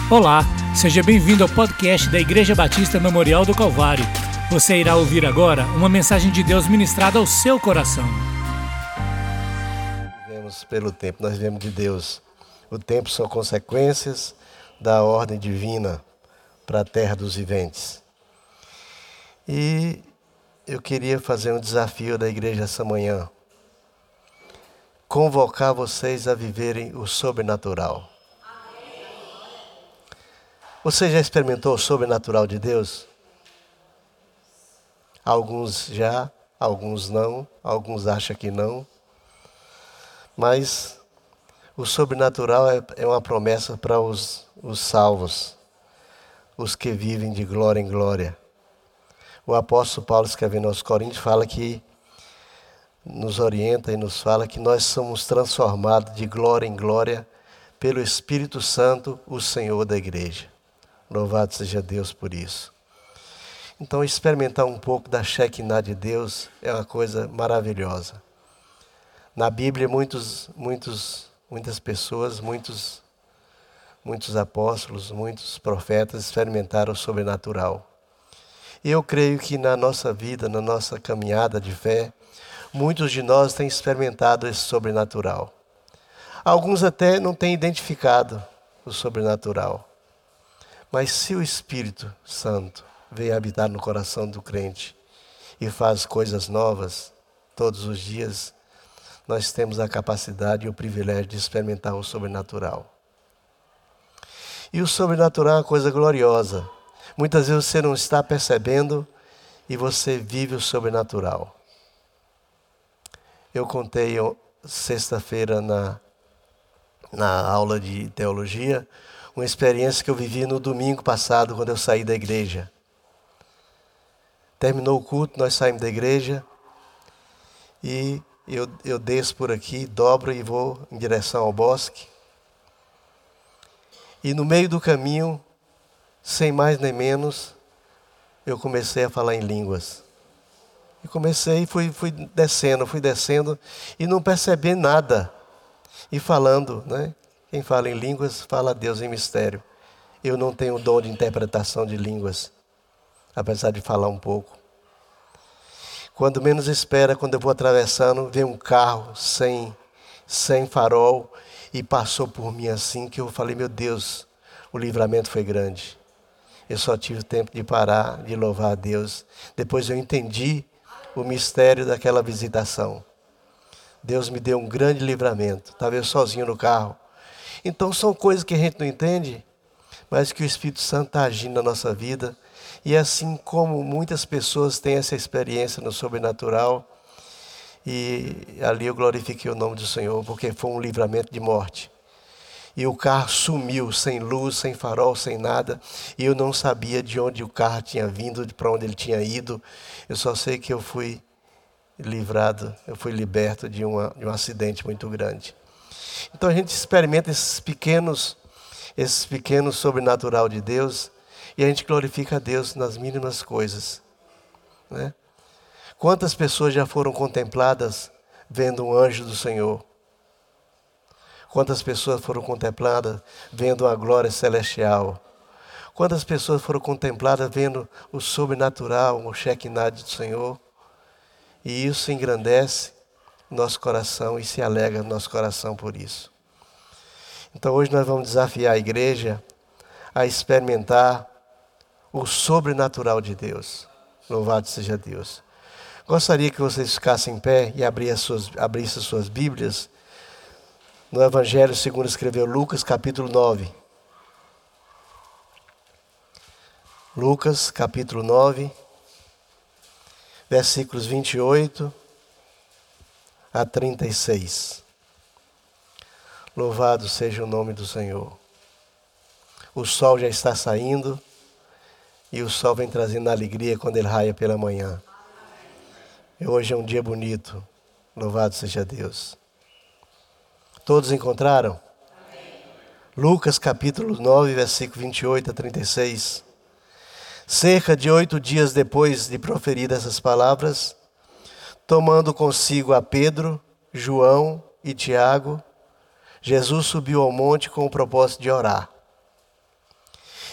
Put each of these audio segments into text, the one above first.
Olá, seja bem-vindo ao podcast da Igreja Batista Memorial do Calvário. Você irá ouvir agora uma mensagem de Deus ministrada ao seu coração. Vivemos pelo tempo, nós vivemos de Deus. O tempo são consequências da ordem divina para a terra dos viventes. E eu queria fazer um desafio da igreja essa manhã. Convocar vocês a viverem o sobrenatural. Você já experimentou o sobrenatural de Deus? Alguns já, alguns não, alguns acham que não. Mas o sobrenatural é uma promessa para os salvos, os que vivem de glória em glória. O apóstolo Paulo, escrevendo aos Coríntios, fala que nos orienta e nos fala que nós somos transformados de glória em glória pelo Espírito Santo, o Senhor da igreja. Louvado seja Deus por isso. Então, experimentar um pouco da Shekinah de Deus é uma coisa maravilhosa. Na Bíblia, muitas pessoas, muitos apóstolos, muitos profetas experimentaram o sobrenatural. E eu creio que na nossa vida, na nossa caminhada de fé, muitos de nós têm experimentado esse sobrenatural. Alguns até não têm identificado o sobrenatural. Mas se o Espírito Santo vem habitar no coração do crente e faz coisas novas todos os dias, nós temos a capacidade e o privilégio de experimentar o sobrenatural. E o sobrenatural é uma coisa gloriosa. Muitas vezes você não está percebendo e você vive o sobrenatural. Eu contei sexta-feira na aula de teologia uma experiência que eu vivi no domingo passado, quando eu saí da igreja. Terminou o culto, nós saímos da igreja e eu desço por aqui, dobro e vou em direção ao bosque. E no meio do caminho, sem mais nem menos, eu comecei a falar em línguas. E fui descendo e não percebi nada. E falando, né? Quem fala em línguas, fala a Deus em mistério. Eu não tenho o dom de interpretação de línguas, apesar de falar um pouco. Quando menos espera, quando eu vou atravessando, vem um carro sem farol e passou por mim assim, que eu falei, meu Deus, o livramento foi grande. Eu só tive tempo de parar, de louvar a Deus. Depois eu entendi o mistério daquela visitação. Deus me deu um grande livramento. Estava eu sozinho no carro. Então são coisas que a gente não entende, mas que o Espírito Santo está agindo na nossa vida. E assim como muitas pessoas têm essa experiência no sobrenatural, e ali eu glorifiquei o nome do Senhor, porque foi um livramento de morte. E o carro sumiu, sem luz, sem farol, sem nada. E eu não sabia de onde o carro tinha vindo, para onde ele tinha ido. Eu só sei que eu fui livrado, eu fui liberto de um acidente muito grande. Então a gente experimenta esses pequenos sobrenatural de Deus e a gente glorifica a Deus nas mínimas coisas, né? Quantas pessoas já foram contempladas vendo um anjo do Senhor? Quantas pessoas foram contempladas vendo a glória celestial? Quantas pessoas foram contempladas vendo o sobrenatural, o Shekinah do Senhor? E isso engrandece nosso coração e se alegra no nosso coração por isso. Então hoje nós vamos desafiar a igreja a experimentar o sobrenatural de Deus. Louvado seja Deus. Gostaria que vocês ficassem em pé e abrissem suas Bíblias no Evangelho segundo escreveu Lucas, capítulo 9. Lucas, capítulo 9, versículos 28 a 36. Louvado seja o nome do Senhor. O sol já está saindo e o sol vem trazendo alegria quando ele raia pela manhã. E hoje é um dia bonito. Louvado seja Deus. Todos encontraram? Amém. Lucas capítulo 9, versículo 28 a 36. Cerca de 8 dias depois de proferir essas palavras, tomando consigo a Pedro, João e Tiago, Jesus subiu ao monte com o propósito de orar.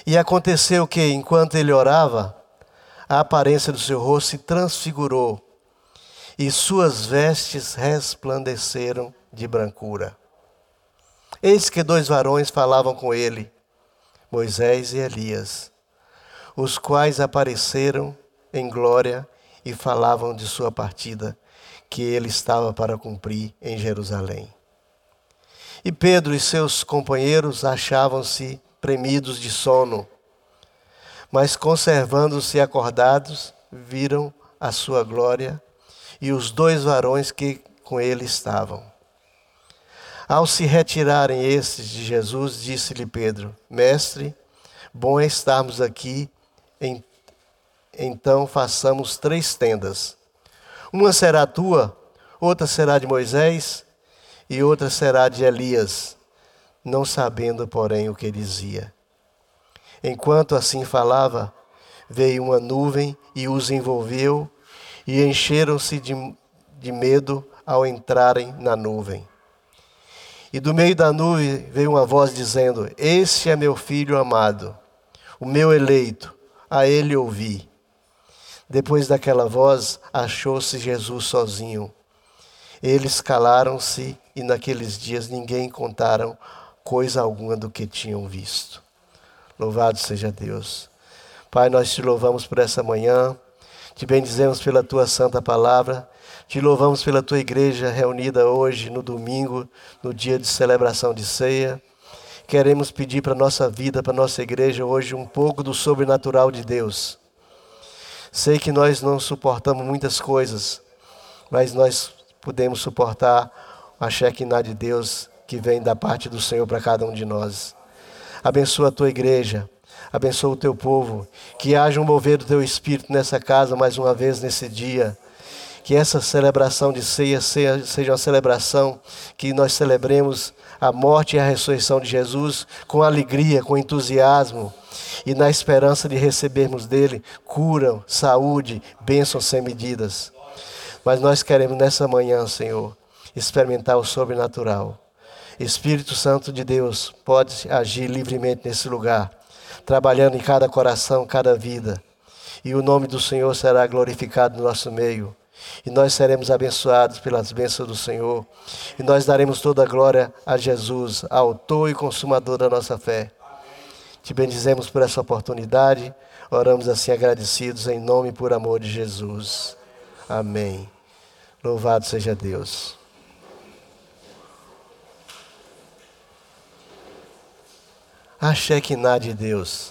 E aconteceu que, enquanto ele orava, a aparência do seu rosto se transfigurou e suas vestes resplandeceram de brancura. Eis que 2 varões falavam com ele, Moisés e Elias, os quais apareceram em glória e falavam de sua partida, que ele estava para cumprir em Jerusalém. E Pedro e seus companheiros achavam-se premidos de sono, mas conservando-se acordados, viram a sua glória e os 2 varões que com ele estavam. Ao se retirarem estes de Jesus, disse-lhe Pedro, Mestre, bom é estarmos aqui, então façamos 3 tendas. Uma será tua, outra será de Moisés e outra será de Elias, não sabendo, porém, o que dizia. Enquanto assim falava, veio uma nuvem e os envolveu e encheram-se de medo ao entrarem na nuvem. E do meio da nuvem veio uma voz dizendo, Este é meu filho amado, o meu eleito, a ele ouvi. Depois daquela voz, achou-se Jesus sozinho. Eles calaram-se e naqueles dias ninguém contaram coisa alguma do que tinham visto. Louvado seja Deus. Pai, nós te louvamos por essa manhã, te bendizemos pela tua santa palavra, te louvamos pela tua igreja reunida hoje, no domingo, no dia de celebração de ceia. Queremos pedir para a nossa vida, para a nossa igreja hoje, um pouco do sobrenatural de Deus. Sei que nós não suportamos muitas coisas, mas nós podemos suportar a Shekinah de Deus que vem da parte do Senhor para cada um de nós. Abençoa a tua igreja, abençoa o teu povo, que haja um mover do teu Espírito nessa casa mais uma vez nesse dia. Que essa celebração de ceia seja uma celebração que nós celebremos a morte e a ressurreição de Jesus com alegria, com entusiasmo e na esperança de recebermos dele cura, saúde, bênçãos sem medidas. Mas nós queremos nessa manhã, Senhor, experimentar o sobrenatural. Espírito Santo de Deus pode agir livremente nesse lugar, trabalhando em cada coração, cada vida. E o nome do Senhor será glorificado no nosso meio. E nós seremos abençoados pelas bênçãos do Senhor. E nós daremos toda a glória a Jesus, autor e consumador da nossa fé. Te bendizemos por essa oportunidade. Oramos assim agradecidos em nome e por amor de Jesus. Amém. Louvado seja Deus. A Shekinah de Deus.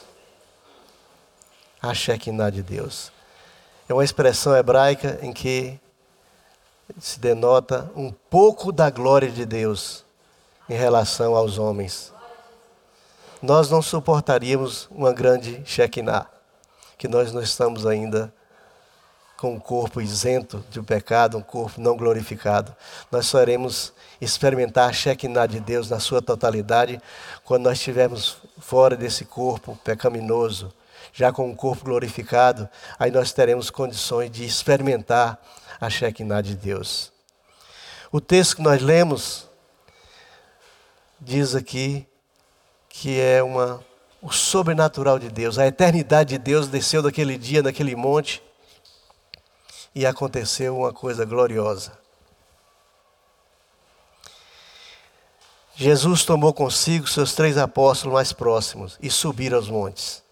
A Shekinah de Deus. É uma expressão hebraica em que se denota um pouco da glória de Deus em relação aos homens. Nós não suportaríamos uma grande Shekinah, que nós não estamos ainda com um corpo isento de pecado, um corpo não glorificado. Nós só iremos experimentar a Shekinah de Deus na sua totalidade quando nós estivermos fora desse corpo pecaminoso, já com um corpo glorificado, aí nós teremos condições de experimentar a Shekinah de Deus. O texto que nós lemos diz aqui que é o sobrenatural de Deus, a eternidade de Deus desceu daquele dia, naquele monte, e aconteceu uma coisa gloriosa. Jesus tomou consigo seus 3 apóstolos mais próximos e subiram aos montes.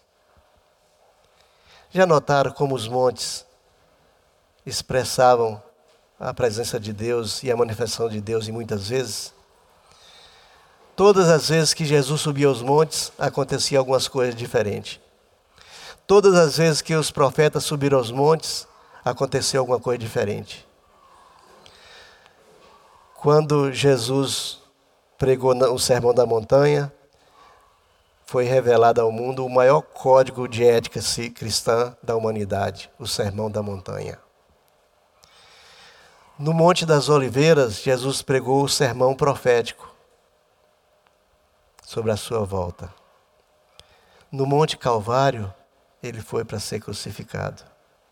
Já notaram como os montes expressavam a presença de Deus e a manifestação de Deus e muitas vezes? Todas as vezes que Jesus subia aos montes, acontecia algumas coisas diferentes. Todas as vezes que os profetas subiram aos montes, aconteceu alguma coisa diferente. Quando Jesus pregou o Sermão da Montanha, foi revelado ao mundo o maior código de ética cristã da humanidade, o Sermão da Montanha. No Monte das Oliveiras, Jesus pregou o sermão profético sobre a sua volta. No Monte Calvário, ele foi para ser crucificado.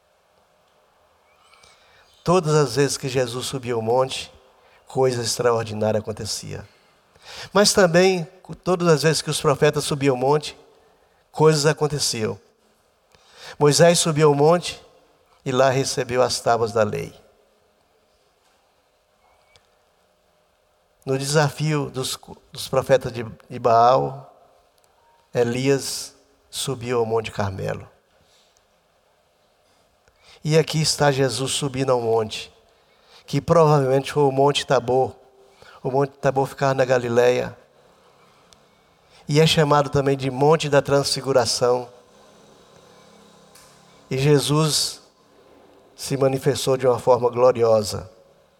Todas as vezes que Jesus subia ao monte, coisa extraordinária acontecia. Mas também, todas as vezes que os profetas subiam ao monte, coisas aconteciam. Moisés subiu ao monte e lá recebeu as tábuas da lei. No desafio dos profetas de Baal, Elias subiu ao Monte Carmelo. E aqui está Jesus subindo ao monte, que provavelmente foi o Monte Tabor. O Monte Tabor ficava na Galileia. E é chamado também de Monte da Transfiguração. E Jesus se manifestou de uma forma gloriosa.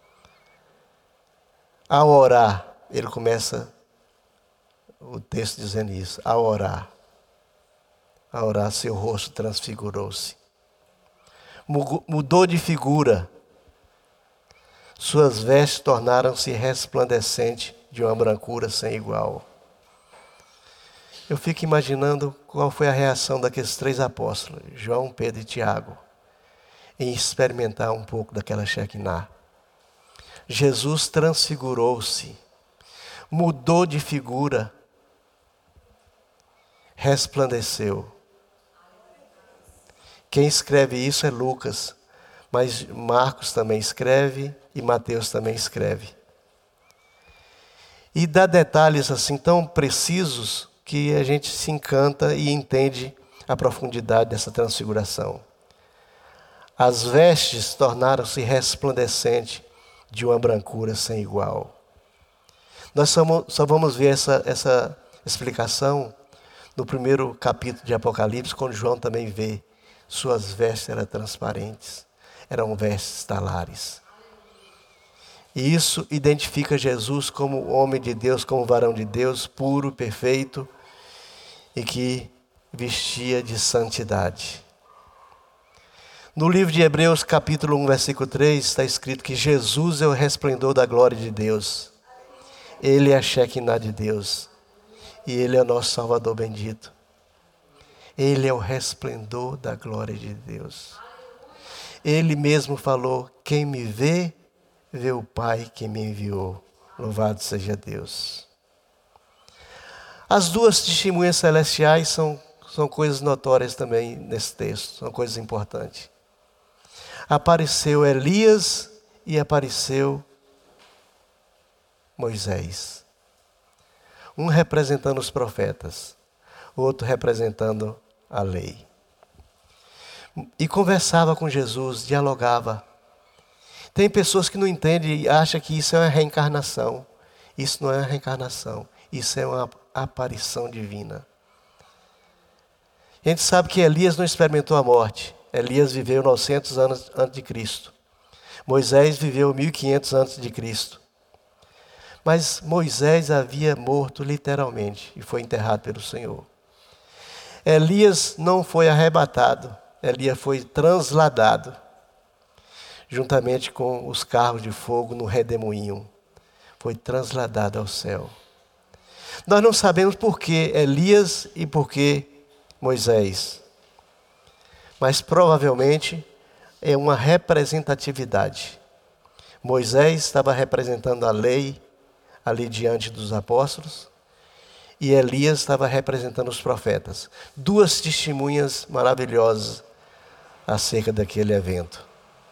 Ao orar, ele começa o texto dizendo isso. Ao orar, seu rosto transfigurou-se. Mudou de figura. Suas vestes tornaram-se resplandecentes de uma brancura sem igual. Eu fico imaginando qual foi a reação daqueles 3 apóstolos, João, Pedro e Tiago, em experimentar um pouco daquela Shekinah. Jesus transfigurou-se, mudou de figura, resplandeceu. Quem escreve isso é Lucas, mas Marcos também escreve e Mateus também escreve. E dá detalhes assim tão precisos que a gente se encanta e entende a profundidade dessa transfiguração. As vestes tornaram-se resplandecentes de uma brancura sem igual. Nós só vamos ver essa explicação no primeiro capítulo de Apocalipse, quando João também vê. Suas vestes eram transparentes, eram vestes talares. E isso identifica Jesus como homem de Deus, como varão de Deus, puro, perfeito, e que vestia de santidade. No livro de Hebreus, capítulo 1, versículo 3, está escrito que Jesus é o resplendor da glória de Deus. Ele é a Shekinah de Deus. E Ele é o nosso Salvador bendito. Ele é o resplendor da glória de Deus. Ele mesmo falou, quem me vê, vê o Pai que me enviou. Louvado seja Deus. As 2 testemunhas celestiais são coisas notórias também nesse texto, são coisas importantes. Apareceu Elias e apareceu Moisés. Um representando os profetas, o outro representando a lei. E conversava com Jesus, dialogava. Tem pessoas que não entendem e acham que isso é uma reencarnação. Isso não é uma reencarnação, isso é uma aparição divina. A gente sabe que Elias não experimentou a morte. Elias viveu 900 anos antes de Cristo. Moisés viveu 1500 antes de Cristo. Mas Moisés havia morto literalmente e foi enterrado pelo Senhor. Elias não foi arrebatado, Elias foi transladado, juntamente com os carros de fogo no redemoinho. Foi transladado ao céu. Nós não sabemos por que Elias e por que Moisés. Mas provavelmente é uma representatividade. Moisés estava representando a lei ali diante dos apóstolos e Elias estava representando os profetas. 2 testemunhas maravilhosas acerca daquele evento.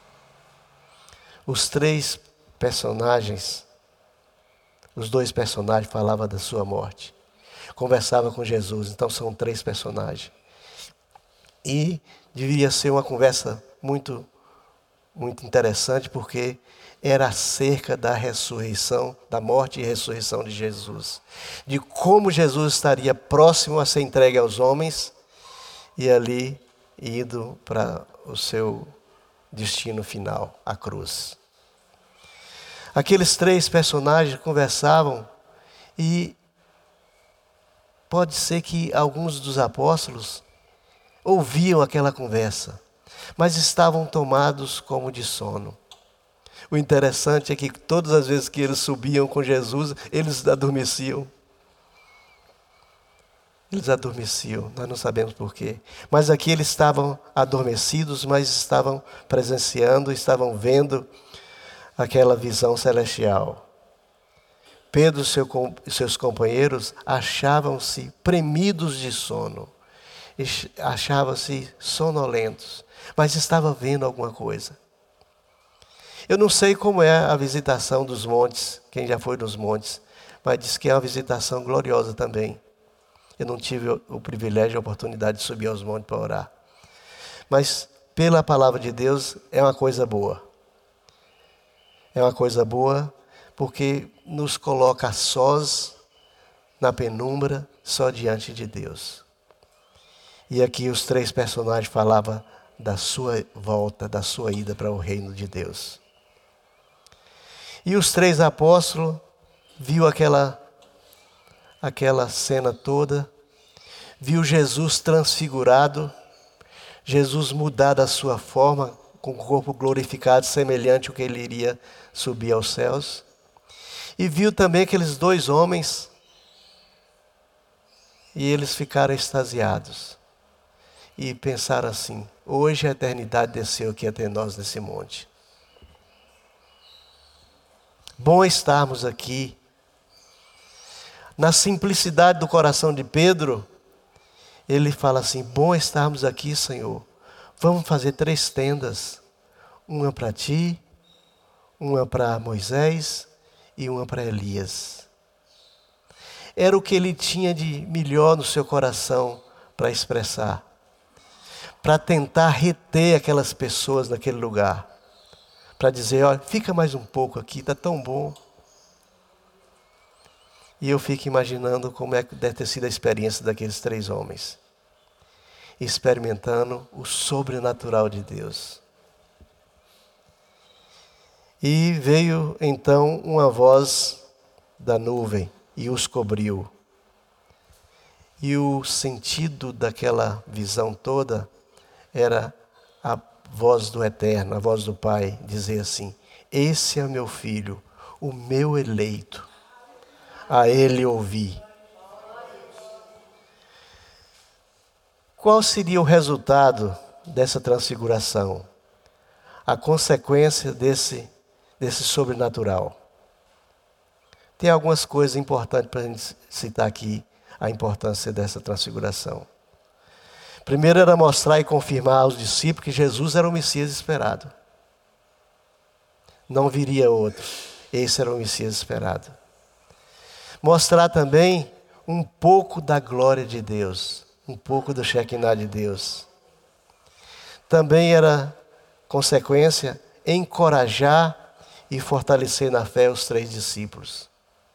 Os 3 personagens, os 2 personagens falavam da sua morte. Conversavam com Jesus, então são 3 personagens. E devia ser uma conversa muito, muito interessante, porque era acerca da ressurreição, da morte e ressurreição de Jesus. De como Jesus estaria próximo a ser entregue aos homens e ali indo para o seu destino final, a cruz. Aqueles 3 personagens conversavam e pode ser que alguns dos apóstolos ouviam aquela conversa, mas estavam tomados como de sono. O interessante é que todas as vezes que eles subiam com Jesus, eles adormeciam. Eles adormeciam, nós não sabemos porquê. Mas aqui eles estavam adormecidos, mas estavam presenciando, estavam vendo aquela visão celestial. Pedro e seus companheiros achavam-se premidos de sono. achavam-se sonolentos, mas estava vendo alguma coisa. Eu não sei como é a visitação dos montes, quem já foi nos montes, mas diz que é uma visitação gloriosa também. Eu não tive o privilégio e a oportunidade de subir aos montes para orar. Mas pela palavra de Deus é uma coisa boa. É uma coisa boa porque nos coloca sós, na penumbra, só diante de Deus. E aqui os 3 personagens falavam da sua volta, da sua ida para o reino de Deus. E os 3 apóstolos viu aquela cena toda, viu Jesus transfigurado, Jesus mudar a sua forma, com o corpo glorificado, semelhante ao que ele iria subir aos céus. E viu também aqueles 2 homens, e eles ficaram extasiados. E pensaram assim: hoje a eternidade desceu aqui até nós nesse monte. Bom estarmos aqui. Na simplicidade do coração de Pedro, ele fala assim: bom estarmos aqui, Senhor. Vamos fazer 3 tendas. Uma para ti, uma para Moisés e uma para Elias. Era o que ele tinha de melhor no seu coração para expressar. Para tentar reter aquelas pessoas naquele lugar. Para dizer: olha, fica mais um pouco aqui, está tão bom. E eu fico imaginando como é que deve ter sido a experiência daqueles 3 homens. Experimentando o sobrenatural de Deus. E veio então uma voz da nuvem e os cobriu. E o sentido daquela visão toda era a voz do Eterno, a voz do Pai, dizer assim: esse é meu filho, o meu eleito, a ele ouvi. Qual seria o resultado dessa transfiguração? A consequência desse sobrenatural. Tem algumas coisas importantes para a gente citar aqui, a importância dessa transfiguração. Primeiro era mostrar e confirmar aos discípulos que Jesus era o Messias esperado. Não viria outro. Esse era o Messias esperado. Mostrar também um pouco da glória de Deus. Um pouco do Shekinah de Deus. Também era consequência encorajar e fortalecer na fé os 3 discípulos.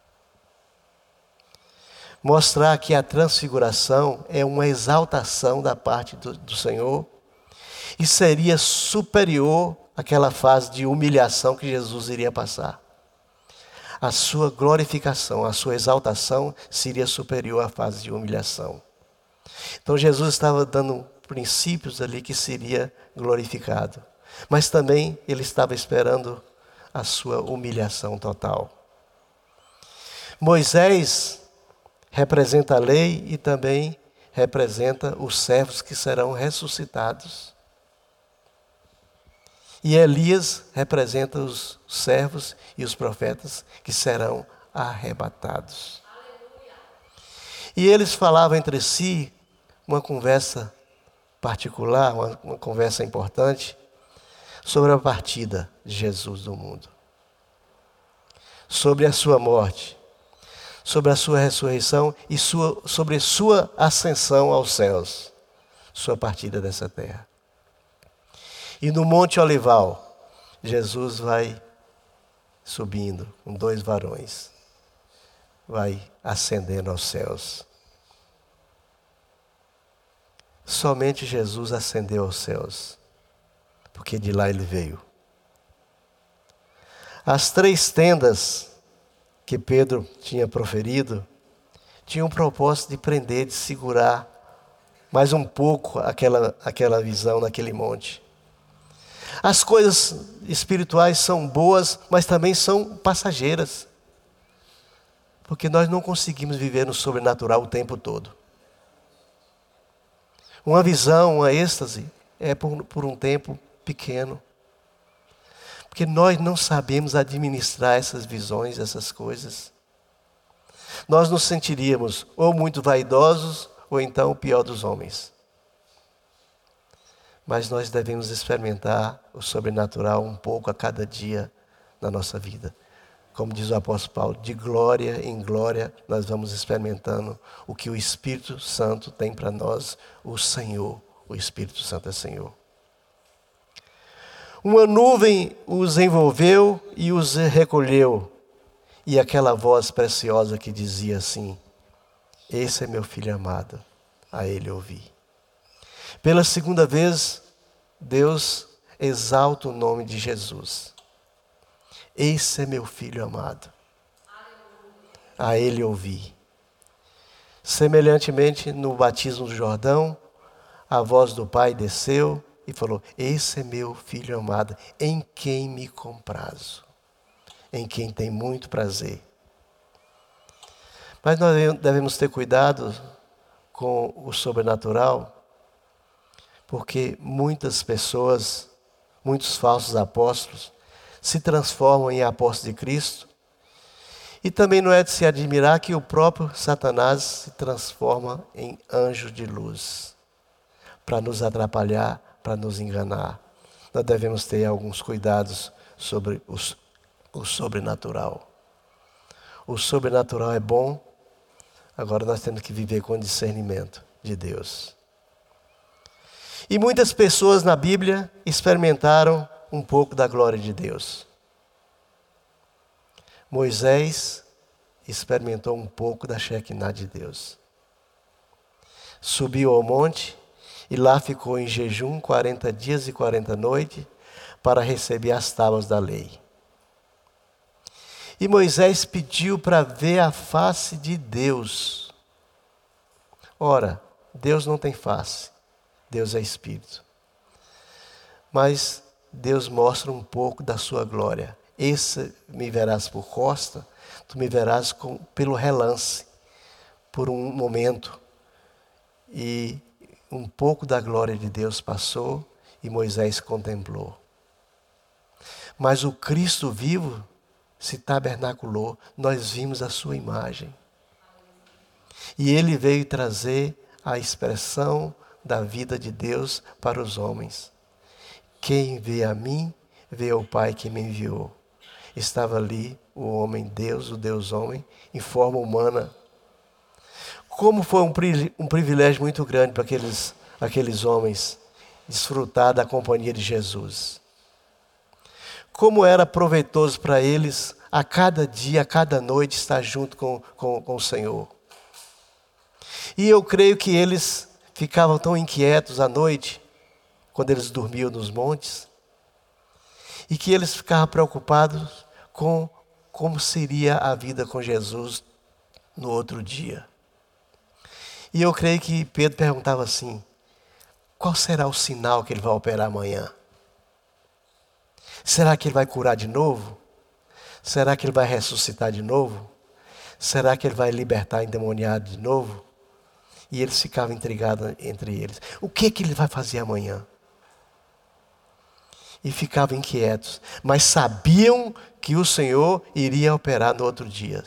Mostrar que a transfiguração é uma exaltação da parte do Senhor e seria superior àquela fase de humilhação que Jesus iria passar. A sua glorificação, a sua exaltação seria superior à fase de humilhação. Então Jesus estava dando princípios ali que seria glorificado. Mas também ele estava esperando a sua humilhação total. Moisés representa a lei e também representa os servos que serão ressuscitados. E Elias representa os servos e os profetas que serão arrebatados. E eles falavam entre si uma conversa particular, uma conversa importante, sobre a partida de Jesus do mundo. Sobre a sua morte, sobre a sua ressurreição e sobre sua ascensão aos céus, sua partida dessa terra. E no Monte Olival, Jesus vai subindo com 2 varões, vai ascendendo aos céus. Somente Jesus ascendeu aos céus, porque de lá ele veio. As 3 tendas que Pedro tinha proferido tinham o propósito de prender, de segurar mais um pouco aquela visão naquele monte. As coisas espirituais são boas, mas também são passageiras. Porque nós não conseguimos viver no sobrenatural o tempo todo. Uma visão, uma êxtase, é por um tempo pequeno. Porque nós não sabemos administrar essas visões, essas coisas. Nós nos sentiríamos ou muito vaidosos, ou então o pior dos homens. Mas nós devemos experimentar o sobrenatural um pouco a cada dia na nossa vida. Como diz o apóstolo Paulo, de glória em glória nós vamos experimentando o que o Espírito Santo tem para nós, o Senhor. O Espírito Santo é Senhor. Uma nuvem os envolveu e os recolheu. E aquela voz preciosa que dizia assim: esse é meu filho amado, a ele ouvi. Pela segunda vez, Deus exalta o nome de Jesus. Esse é meu filho amado, a ele ouvi. Semelhantemente, no batismo do Jordão, a voz do Pai desceu e falou: esse é meu filho amado, em quem me comprazo, em quem tem muito prazer. Mas nós devemos ter cuidado com o sobrenatural, porque muitas pessoas, muitos falsos apóstolos, se transformam em apóstolos de Cristo. E também não é de se admirar que o próprio Satanás se transforma em anjo de luz, para nos atrapalhar, para nos enganar. Nós devemos ter alguns cuidados sobre o sobrenatural. O sobrenatural é bom, agora nós temos que viver com discernimento de Deus. E muitas pessoas na Bíblia experimentaram um pouco da glória de Deus. Moisés experimentou um pouco da Shekinah de Deus. Subiu ao monte e lá ficou em jejum 40 dias e 40 noites para receber as tábuas da lei. E Moisés pediu para ver a face de Deus. Ora, Deus não tem face, Deus é Espírito. Mas Deus mostra um pouco da sua glória. Esse me verás por costa, tu me verás pelo relance, por um momento. E um pouco da glória de Deus passou e Moisés contemplou. Mas o Cristo vivo se tabernaculou, nós vimos a sua imagem. E ele veio trazer a expressão da vida de Deus para os homens. Quem vê a mim, vê o Pai que me enviou. Estava ali o homem Deus, o Deus homem, em forma humana. Como foi um privilégio muito grande para aqueles homens desfrutar da companhia de Jesus. Como era proveitoso para eles a cada dia, a cada noite estar junto com o Senhor. E eu creio que eles ficavam tão inquietos à noite, quando eles dormiam nos montes, e que eles ficavam preocupados com como seria a vida com Jesus no outro dia. E eu creio que Pedro perguntava assim: qual será o sinal que ele vai operar amanhã? Será que ele vai curar de novo? Será que ele vai ressuscitar de novo? Será que ele vai libertar endemoniado de novo? E eles ficavam intrigados entre eles. O que ele vai fazer amanhã? E ficavam inquietos, mas sabiam que o Senhor iria operar no outro dia.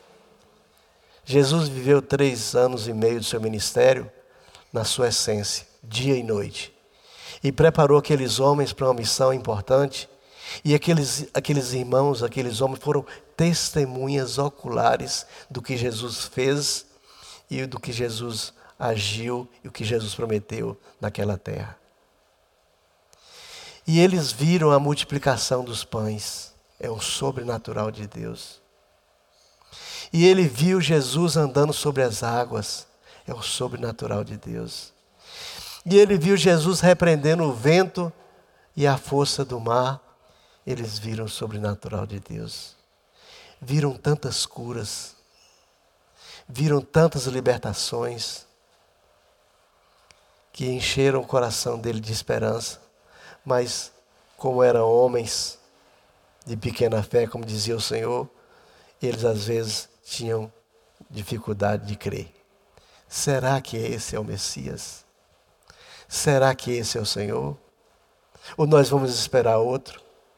Jesus viveu 3 anos e meio do seu ministério na sua essência, dia e noite. E preparou aqueles homens para uma missão importante. E aqueles irmãos, aqueles homens foram testemunhas oculares do que Jesus fez e do que Jesus agiu e o que Jesus prometeu naquela terra. E eles viram a multiplicação dos pães. É o sobrenatural de Deus. E ele viu Jesus andando sobre as águas. É o sobrenatural de Deus. E ele viu Jesus repreendendo o vento e a força do mar. Eles viram o sobrenatural de Deus. Viram tantas curas. Viram tantas libertações. Que encheram o coração dele de esperança. Mas, como eram homens de pequena fé, como dizia o Senhor, eles às vezes tinham dificuldade de crer. Será que esse é o Messias? Será que esse é o Senhor? Ou nós vamos esperar outro?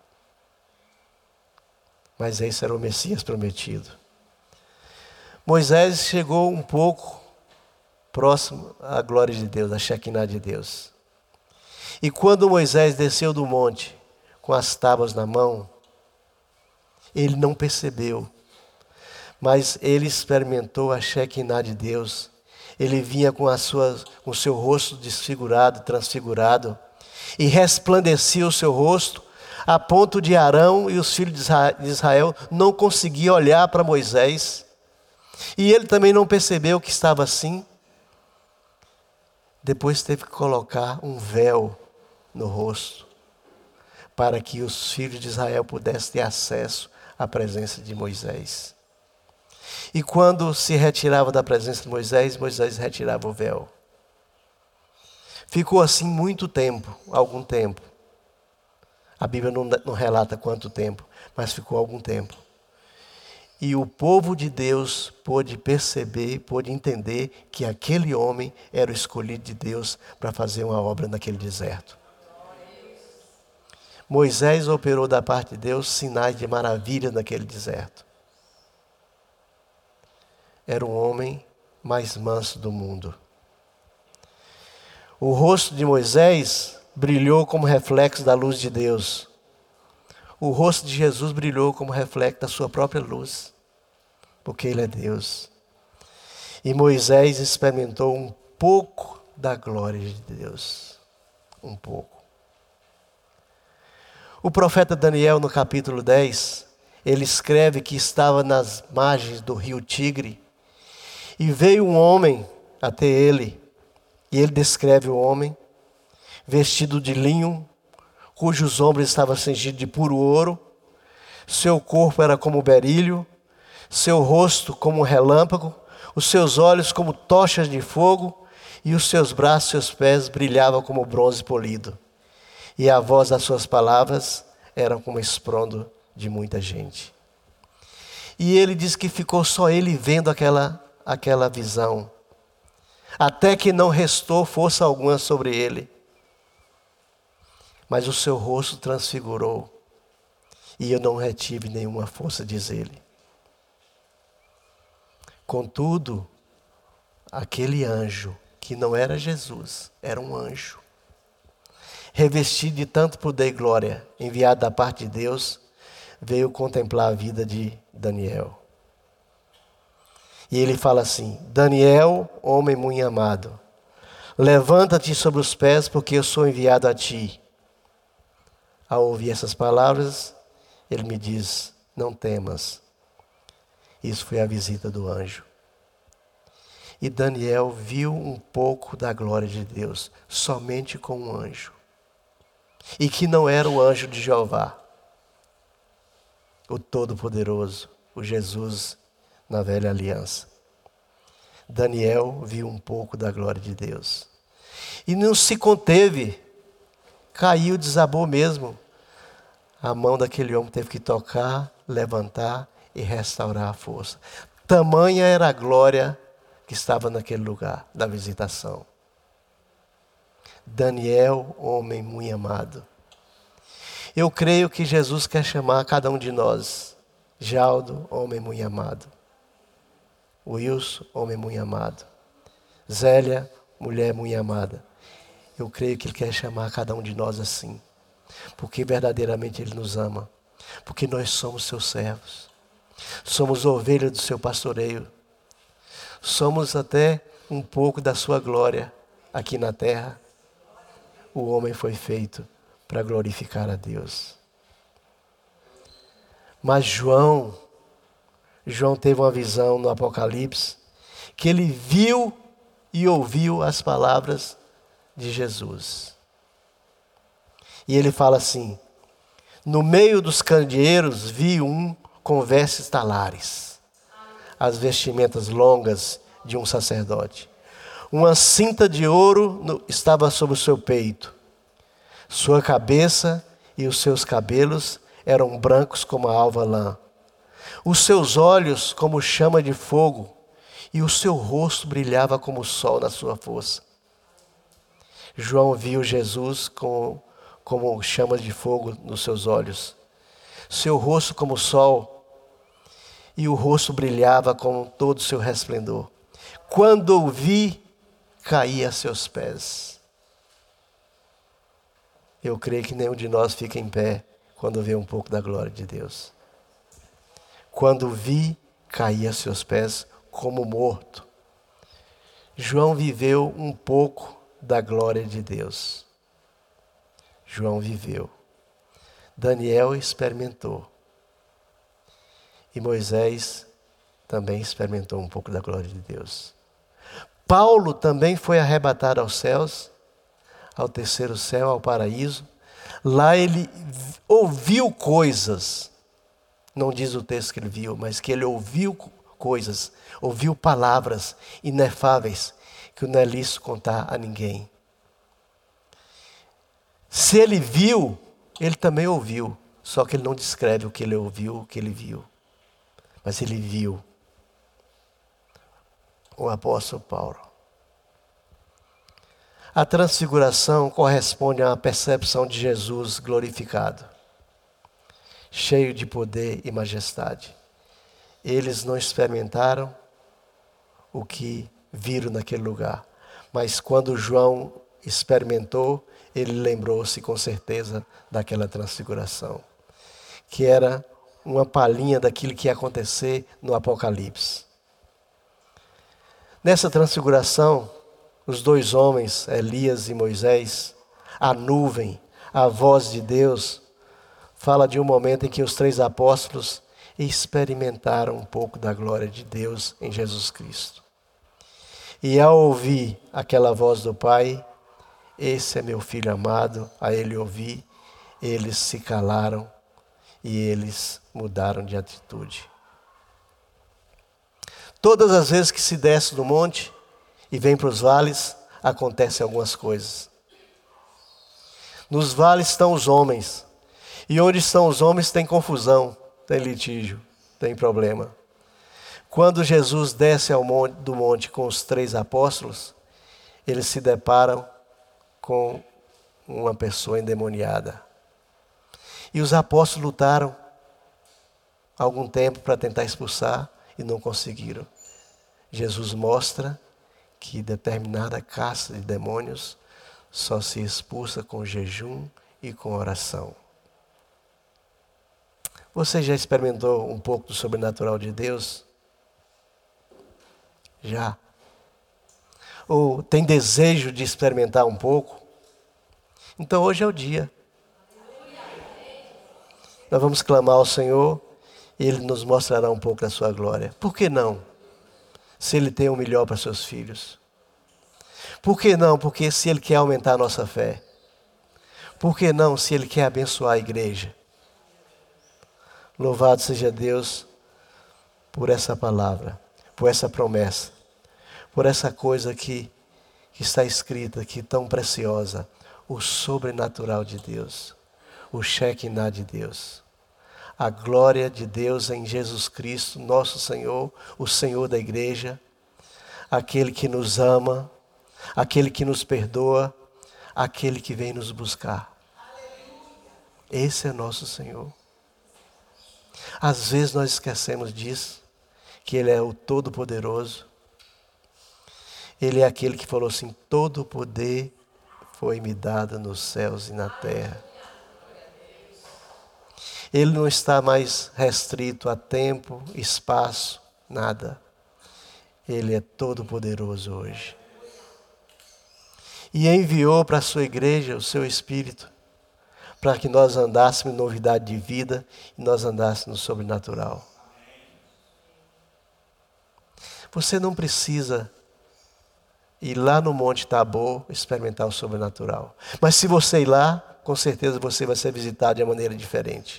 Mas esse era o Messias prometido. Moisés chegou um pouco próximo à glória de Deus, à Shekinah de Deus. E quando Moisés desceu do monte com as tábuas na mão, ele não percebeu, mas ele experimentou a Shekinah de Deus. Ele vinha com o seu rosto desfigurado, transfigurado, e resplandecia o seu rosto, a ponto de Arão e os filhos de Israel não conseguiam olhar para Moisés. E ele também não percebeu que estava assim. Depois teve que colocar um véu no rosto, para que os filhos de Israel pudessem ter acesso à presença de Moisés. E quando se retirava da presença de Moisés, Moisés retirava o véu. Ficou assim muito tempo, algum tempo. A Bíblia não relata quanto tempo, mas ficou algum tempo. E o povo de Deus pôde perceber, pôde entender que aquele homem era o escolhido de Deus para fazer uma obra naquele deserto. Moisés operou da parte de Deus sinais de maravilha naquele deserto. Era o homem mais manso do mundo. O rosto de Moisés brilhou como reflexo da luz de Deus. O rosto de Jesus brilhou como reflexo da sua própria luz, porque Ele é Deus. E Moisés experimentou um pouco da glória de Deus. Um pouco. O profeta Daniel, no capítulo 10, ele escreve que estava nas margens do rio Tigre, e veio um homem até ele, e ele descreve o homem, vestido de linho, cujos ombros estavam cingidos de puro ouro, seu corpo era como berílio, seu rosto como um relâmpago, os seus olhos como tochas de fogo, e os seus braços e seus pés brilhavam como bronze polido. E a voz das suas palavras era como estrondo de muita gente. E ele diz que ficou só ele vendo aquela visão, até que não restou força alguma sobre ele. Mas o seu rosto transfigurou, e eu não retive nenhuma força, diz ele. Contudo, aquele anjo, que não era Jesus, era um anjo, revestido de tanto poder e glória, enviado da parte de Deus, veio contemplar a vida de Daniel. E ele fala assim: Daniel, homem muito amado, levanta-te sobre os pés, porque eu sou enviado a ti. Ao ouvir essas palavras, ele me diz: não temas. Isso foi a visita do anjo. E Daniel viu um pouco da glória de Deus, somente com um anjo. E que não era o anjo de Jeová, o Todo-Poderoso, o Jesus na velha aliança. Daniel viu um pouco da glória de Deus. E não se conteve, caiu, desabou mesmo. A mão daquele homem teve que tocar, levantar e restaurar a força. Tamanha era a glória que estava naquele lugar da visitação. Daniel, homem muito amado. Eu creio que Jesus quer chamar cada um de nós. Jaldo, homem muito amado. Wilson, homem muito amado. Zélia, mulher muito amada. Eu creio que Ele quer chamar cada um de nós assim. Porque verdadeiramente Ele nos ama. Porque nós somos seus servos. Somos ovelhas do seu pastoreio. Somos até um pouco da sua glória aqui na terra. O homem foi feito para glorificar a Deus. Mas João teve uma visão no Apocalipse, que ele viu e ouviu as palavras de Jesus. E ele fala assim: no meio dos candeeiros vi um com vestes talares, as vestimentas longas de um sacerdote. Uma cinta de ouro estava sobre o seu peito. Sua cabeça e os seus cabelos eram brancos como a alva lã. Os seus olhos como chama de fogo, e o seu rosto brilhava como o sol na sua força. João viu Jesus como chamas de fogo nos seus olhos. Seu rosto como o sol, e o rosto brilhava com todo o seu resplendor. Quando o vi, caí a seus pés. eu creio que nenhum de nós fica em pé quando vê um pouco da glória de Deus. Quando vi, caí a seus pés como morto. João viveu um pouco da glória de Deus. João viveu. Daniel experimentou. E Moisés também experimentou um pouco da glória de Deus. Paulo também foi arrebatado aos céus, ao terceiro céu, ao paraíso. Lá ele ouviu coisas. Não diz o texto que ele viu, mas que ele ouviu coisas, ouviu palavras inefáveis que não é lícito contar a ninguém. Se ele viu, ele também ouviu, só que ele não descreve o que ele ouviu, o que ele viu. Mas ele viu. O apóstolo Paulo. A transfiguração corresponde a uma percepção de Jesus glorificado, cheio de poder e majestade. Eles não experimentaram o que viram naquele lugar, mas quando João experimentou, ele lembrou-se com certeza daquela transfiguração, que era uma palhinha daquilo que ia acontecer no Apocalipse. Nessa transfiguração, os dois homens, Elias e Moisés, a nuvem, a voz de Deus, fala de um momento em que os três apóstolos experimentaram um pouco da glória de Deus em Jesus Cristo. E ao ouvir aquela voz do Pai, esse é meu filho amado, a ele ouvi, eles se calaram e eles mudaram de atitude. Todas as vezes que se desce do monte e vem para os vales, acontecem algumas coisas. Nos vales estão os homens. E onde estão os homens tem confusão, tem litígio, tem problema. Quando Jesus desce do monte com os três apóstolos, eles se deparam com uma pessoa endemoniada. E os apóstolos lutaram algum tempo para tentar expulsar e não conseguiram. Jesus mostra que determinada casta de demônios só se expulsa com jejum e com oração. Você já experimentou um pouco do sobrenatural de Deus? Já? Ou tem desejo de experimentar um pouco? Então hoje é o dia. Nós vamos clamar ao Senhor e Ele nos mostrará um pouco da sua glória. Por que não? Se Ele tem o melhor para seus filhos. Por que não? Porque se Ele quer aumentar a nossa fé. Por que não? Se Ele quer abençoar a igreja. Louvado seja Deus por essa palavra, por essa promessa, por essa coisa que está escrita aqui, tão preciosa. O sobrenatural de Deus, o Shekinah de Deus. A glória de Deus em Jesus Cristo, nosso Senhor, o Senhor da igreja, aquele que nos ama, aquele que nos perdoa, aquele que vem nos buscar. Esse é nosso Senhor. Às vezes nós esquecemos disso, que Ele é o Todo-Poderoso. Ele é aquele que falou assim: todo o poder foi-me dado nos céus e na terra. Ele não está mais restrito a tempo, espaço, nada. Ele é todo-poderoso hoje. E enviou para a sua igreja o seu Espírito, para que nós andássemos em novidade de vida e nós andássemos no sobrenatural. Você não precisa ir lá no Monte Tabor experimentar o sobrenatural. Mas se você ir lá, com certeza você vai ser visitado de uma maneira diferente.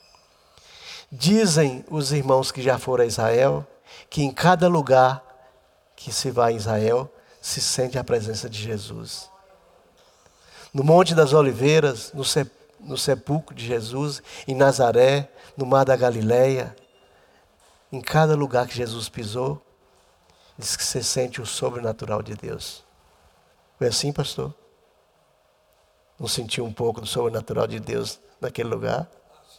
Dizem os irmãos que já foram a Israel, que em cada lugar que se vai em Israel, se sente a presença de Jesus. No Monte das Oliveiras, no sepulcro de Jesus, em Nazaré, no Mar da Galileia, em cada lugar que Jesus pisou, diz que você sente o sobrenatural de Deus. Foi assim, pastor? Não sentiu um pouco do sobrenatural de Deus naquele lugar?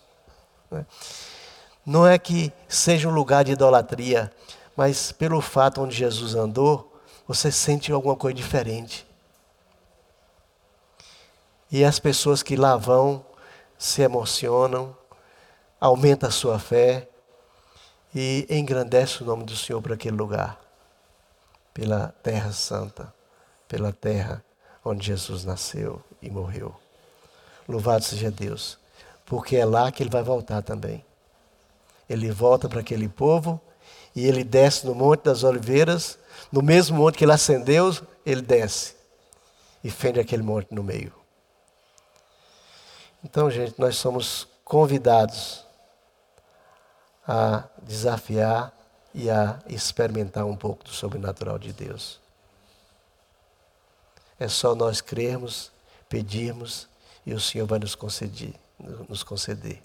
Não é que seja um lugar de idolatria, mas pelo fato onde Jesus andou, você sente alguma coisa diferente. E as pessoas que lá vão se emocionam, aumenta a sua fé e engrandece o nome do Senhor para aquele lugar, pela terra santa, pela terra onde Jesus nasceu e morreu. Louvado seja Deus, porque é lá que ele vai voltar também. Ele volta para aquele povo e ele desce no Monte das Oliveiras, no mesmo monte que ele ascendeu, ele desce e fende aquele monte no meio. Então, gente, nós somos convidados a desafiar e a experimentar um pouco do sobrenatural de Deus. É só nós crermos, pedirmos e o Senhor vai nos conceder.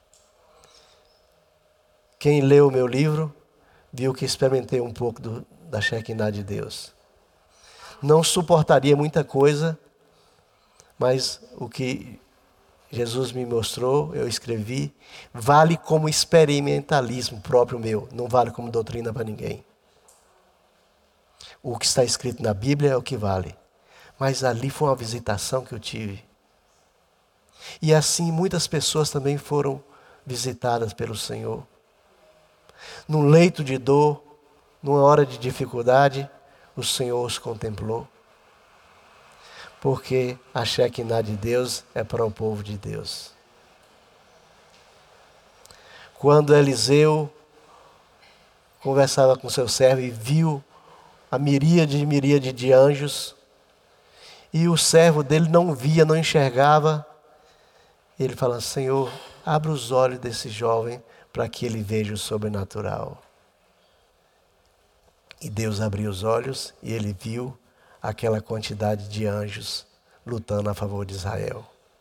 Quem leu o meu livro, viu que experimentei um pouco da Shekinah de Deus. Não suportaria muita coisa, mas o que Jesus me mostrou, eu escrevi, vale como experimentalismo próprio meu, não vale como doutrina para ninguém. O que está escrito na Bíblia é o que vale. Mas ali foi uma visitação que eu tive. E assim muitas pessoas também foram visitadas pelo Senhor. Num leito de dor, numa hora de dificuldade, o Senhor os contemplou. Porque a Shekinah de Deus é para o povo de Deus. Quando Eliseu conversava com seu servo e viu a miríade de anjos, e o servo dele não via, não enxergava, ele fala: Senhor, abra os olhos desse jovem para que ele veja o sobrenatural. E Deus abriu os olhos e ele viu aquela quantidade de anjos lutando a favor de Israel.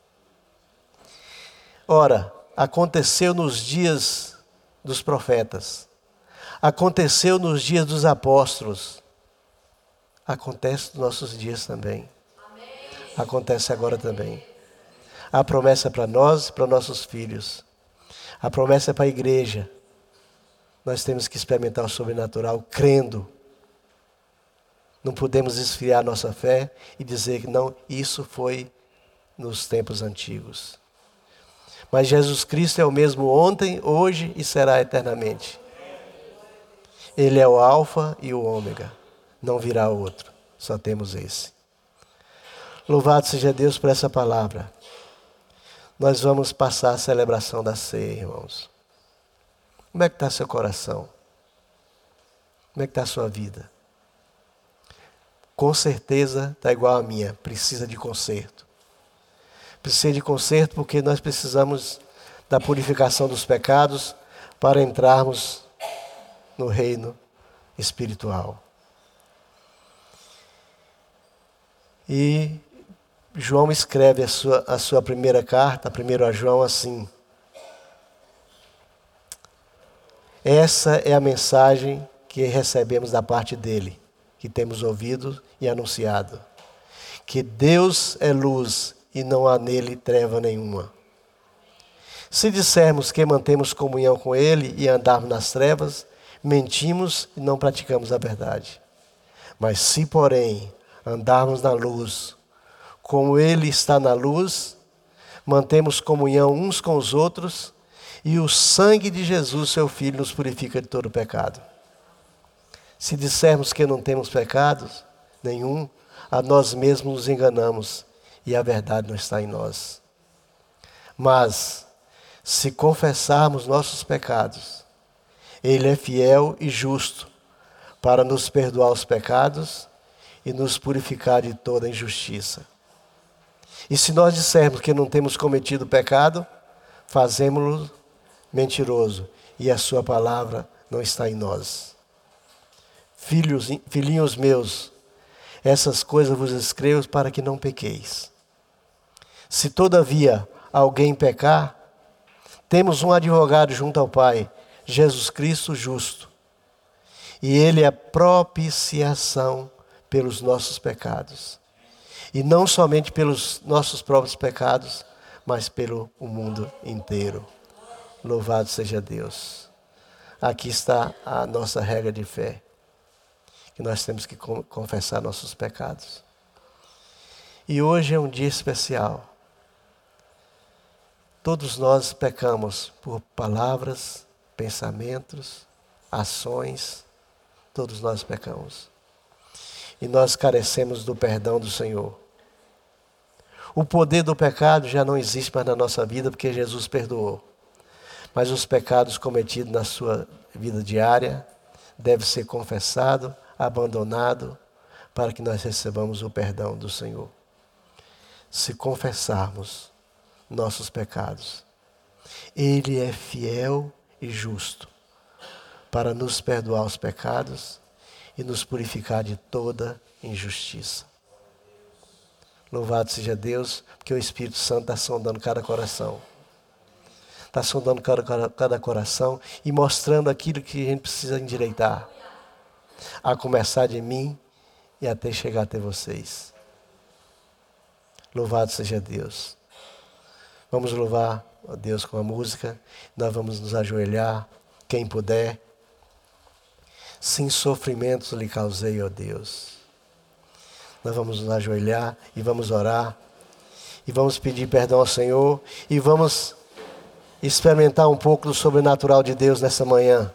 Ora, aconteceu nos dias dos profetas, aconteceu nos dias dos apóstolos, acontece nos nossos dias também. Acontece agora também. A promessa é para nós e para nossos filhos. A promessa é para a igreja. Nós temos que experimentar o sobrenatural crendo. Não podemos esfriar nossa fé e dizer que não, isso foi nos tempos antigos. Mas Jesus Cristo é o mesmo ontem, hoje e será eternamente. Ele é o alfa e o ômega. Não virá outro. Só temos esse. Louvado seja Deus por essa palavra. Nós vamos passar a celebração da ceia, irmãos. Como é que está seu coração? Como é que está a sua vida? Com certeza está igual a minha, precisa de conserto. Precisa de conserto porque nós precisamos da purificação dos pecados para entrarmos no reino espiritual. E João escreve a sua primeira carta, 1 João, assim: essa é a mensagem que recebemos da parte dele, que temos ouvido e anunciado, que Deus é luz e não há nele treva nenhuma. Se dissermos que mantemos comunhão com ele e andarmos nas trevas, mentimos e não praticamos a verdade. Mas se, porém, andarmos na luz, como ele está na luz, mantemos comunhão uns com os outros, e o sangue de Jesus, seu Filho, nos purifica de todo pecado. Se dissermos que não temos pecados nenhum, a nós mesmos nos enganamos e a verdade não está em nós. Mas, se confessarmos nossos pecados, Ele é fiel e justo para nos perdoar os pecados e nos purificar de toda injustiça. E se nós dissermos que não temos cometido pecado, fazemos-lo mentiroso e a sua palavra não está em nós. Filhinhos meus, essas coisas vos escrevo para que não pequeis. Se todavia alguém pecar, temos um advogado junto ao Pai, Jesus Cristo justo. E Ele é propiciação pelos nossos pecados. E não somente pelos nossos próprios pecados, mas pelo mundo inteiro. Louvado seja Deus. Aqui está a nossa regra de fé. Que nós temos que confessar nossos pecados. E hoje é um dia especial. Todos nós pecamos por palavras, pensamentos, ações. Todos nós pecamos. E nós carecemos do perdão do Senhor. O poder do pecado já não existe mais na nossa vida porque Jesus perdoou. Mas os pecados cometidos na sua vida diária devem ser confessados, abandonados, para que nós recebamos o perdão do Senhor. Se confessarmos nossos pecados, Ele é fiel e justo para nos perdoar os pecados e nos purificar de toda injustiça. Louvado seja Deus, porque o Espírito Santo está sondando cada coração. Está sondando cada coração e mostrando aquilo que a gente precisa endireitar. A começar de mim e até chegar até vocês. Louvado seja Deus. Vamos louvar a Deus com a música. Nós vamos nos ajoelhar, quem puder. Sem sofrimentos lhe causei, ó Deus. Nós vamos nos ajoelhar e vamos orar. E vamos pedir perdão ao Senhor. E vamos experimentar um pouco do sobrenatural de Deus nessa manhã.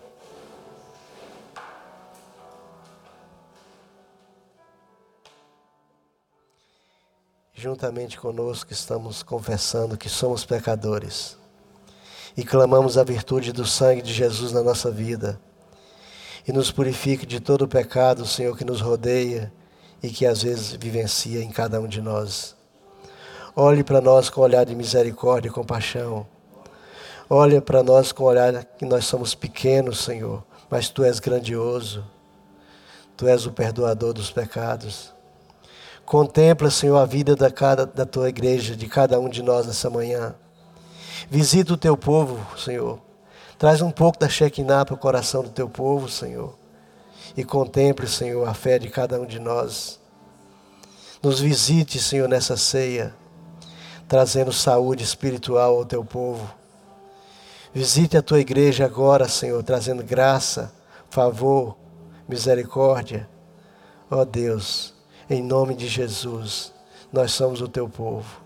Juntamente conosco estamos confessando que somos pecadores e clamamos a virtude do sangue de Jesus na nossa vida e nos purifique de todo o pecado, Senhor, que nos rodeia e que às vezes vivencia em cada um de nós. Olhe para nós com olhar de misericórdia e compaixão. Olha para nós com olhar que nós somos pequenos, Senhor, mas Tu és grandioso. Tu és o perdoador dos pecados. Contempla, Senhor, a vida da Tua igreja, de cada um de nós nessa manhã. Visita o Teu povo, Senhor. Traz um pouco da Shekinah para o coração do Teu povo, Senhor. E contemple, Senhor, a fé de cada um de nós. Nos visite, Senhor, nessa ceia, trazendo saúde espiritual ao Teu povo. Visite a Tua igreja agora, Senhor, trazendo graça, favor, misericórdia. Ó Deus, em nome de Jesus, nós somos o Teu povo.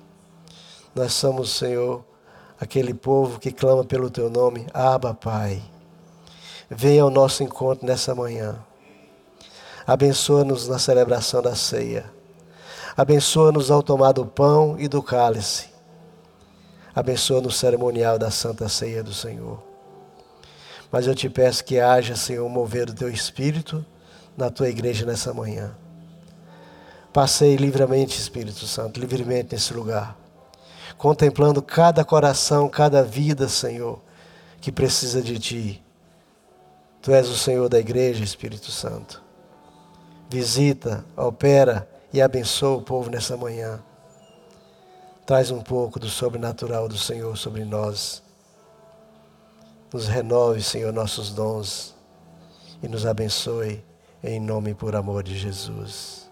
Nós somos, Senhor, aquele povo que clama pelo Teu nome. Abba, Pai. Venha ao nosso encontro nessa manhã. Abençoa-nos na celebração da ceia. Abençoa-nos ao tomar do pão e do cálice. Abençoa no cerimonial da Santa Ceia do Senhor. Mas eu te peço que haja, Senhor, o mover do Teu Espírito na Tua igreja nessa manhã. Passei livremente, Espírito Santo, livremente nesse lugar. Contemplando cada coração, cada vida, Senhor, que precisa de Ti. Tu és o Senhor da igreja, Espírito Santo. Visita, opera e abençoa o povo nessa manhã. Traz um pouco do sobrenatural do Senhor sobre nós. Nos renove, Senhor, nossos dons e nos abençoe em nome e por amor de Jesus.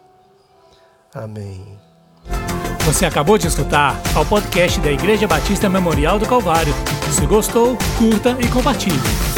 Amém. Você acabou de escutar o podcast da Igreja Batista Memorial do Calvário. Se gostou, curta e compartilhe.